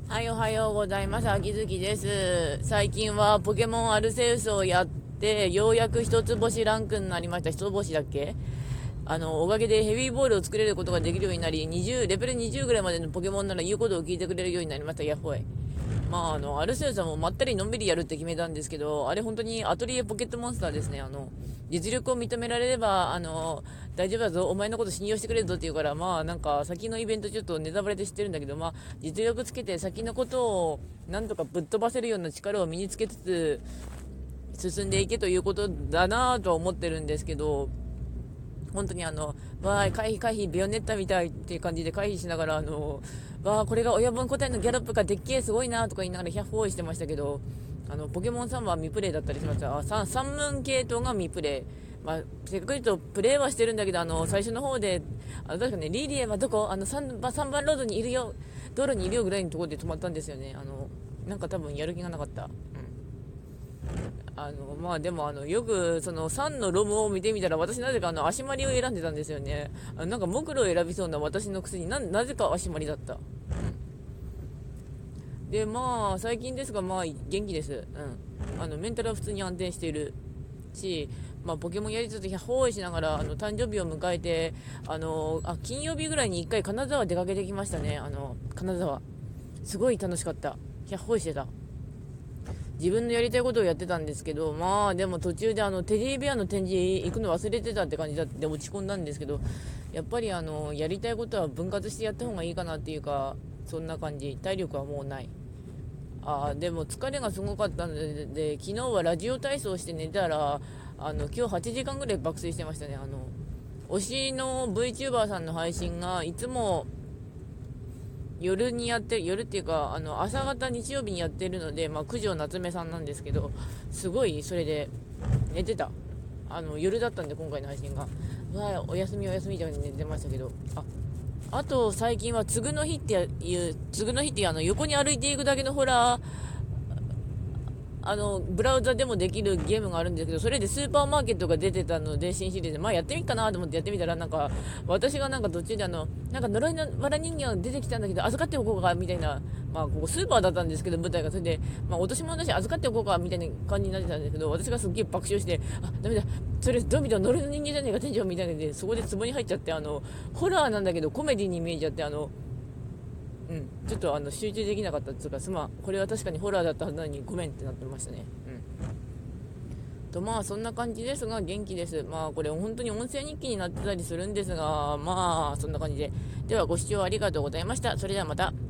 はい、おはようございます。秋月です。最近はポケモンアルセウスをやって、ようやく一つ星ランクになりました。一つ星だっけ。おかげでヘビーボールを作れることができるようになり、レベル20ぐらいまでのポケモンなら言うことを聞いてくれるようになりました。ヤッホイ。まあ、アルセウスはもうまったりのんびりやるって決めたんですけど、あれ本当にアトリエポケットモンスターですね。実力を認められれば、大丈夫だぞ、お前のこと信用してくれるぞって言うから、まあなんか先のイベントちょっとネタバレで知ってるんだけど、まあ実力つけて先のことをなんとかぶっ飛ばせるような力を身につけつつ進んでいけということだなとは思ってるんですけど、本当にわーい、回避回避、ビオネッタみたいっていう感じで回避しながら、わー、これが親分個体のギャロップがでっけえすごいなとか言いながら100歩してましたけど、ポケモンさんは未プレイだったりしました。三分系統が未プレイ。まあ、せっかく言うとプレイはしてるんだけど、最初の方で、確かね、リリエはどこ3番ロードにいるよ、道路にいるよぐらいのところで止まったんですよね。なんか多分やる気がなかった。うん。まあでもよくその3のロムを見てみたら、私なぜか足まりを選んでたんですよね。なんか木露を選びそうな私のくせになぜか足まりだった。でまあ最近ですが、まあ元気です。メンタルは普通に安定しているし、まあ、ポケモンやりつつ包囲しながら誕生日を迎えて、金曜日ぐらいに1回金沢出かけてきましたね。金沢すごい楽しかった。100歩してた。自分のやりたいことをやってたんですけど、まあでも途中でテディベアの展示行くの忘れてたって感じだって落ち込んだんですけど、やっぱりやりたいことは分割してやった方がいいかなっていうか、そんな感じ。体力はもうない。でも疲れがすごかったので、昨日はラジオ体操して寝たら、今日8時間ぐらい爆睡してましたね。推しの VTuber さんの配信がいつも夜にやってる、夜っていうか朝方日曜日にやってるので、まあ、九条夏目さんなんですけど、すごいそれで寝てた。夜だったんで、今回の配信がわあおやすみおやすみって寝てましたけど、あと最近はつぐの日っていう横に歩いていくだけのホラー、ブラウザでもできるゲームがあるんですけど、それでスーパーマーケットが出てたので、新シリーズで、まあやってみっかなと思ってやってみたら、なんか、私がなんか途中でなんか呪いのわら人形が出てきたんだけど、預かっておこうか、みたいな、まあここスーパーだったんですけど、舞台が。それで、まあ落とし物だし預かっておこうか、みたいな感じになってたんですけど、私がすっげえ爆笑して、ダメだ、それどう見ても呪いの人形じゃねえか、天井みたいなので、そこで壺に入っちゃって、ホラーなんだけどコメディに見えちゃって、ちょっと集中できなかったっていうか、これは確かにホラーだったはずなのにごめんってなってましたね。まあそんな感じですが元気です。まあこれ本当に音声日記になってたりするんですが、まあそんな感じで。ではご視聴ありがとうございました。それではまた。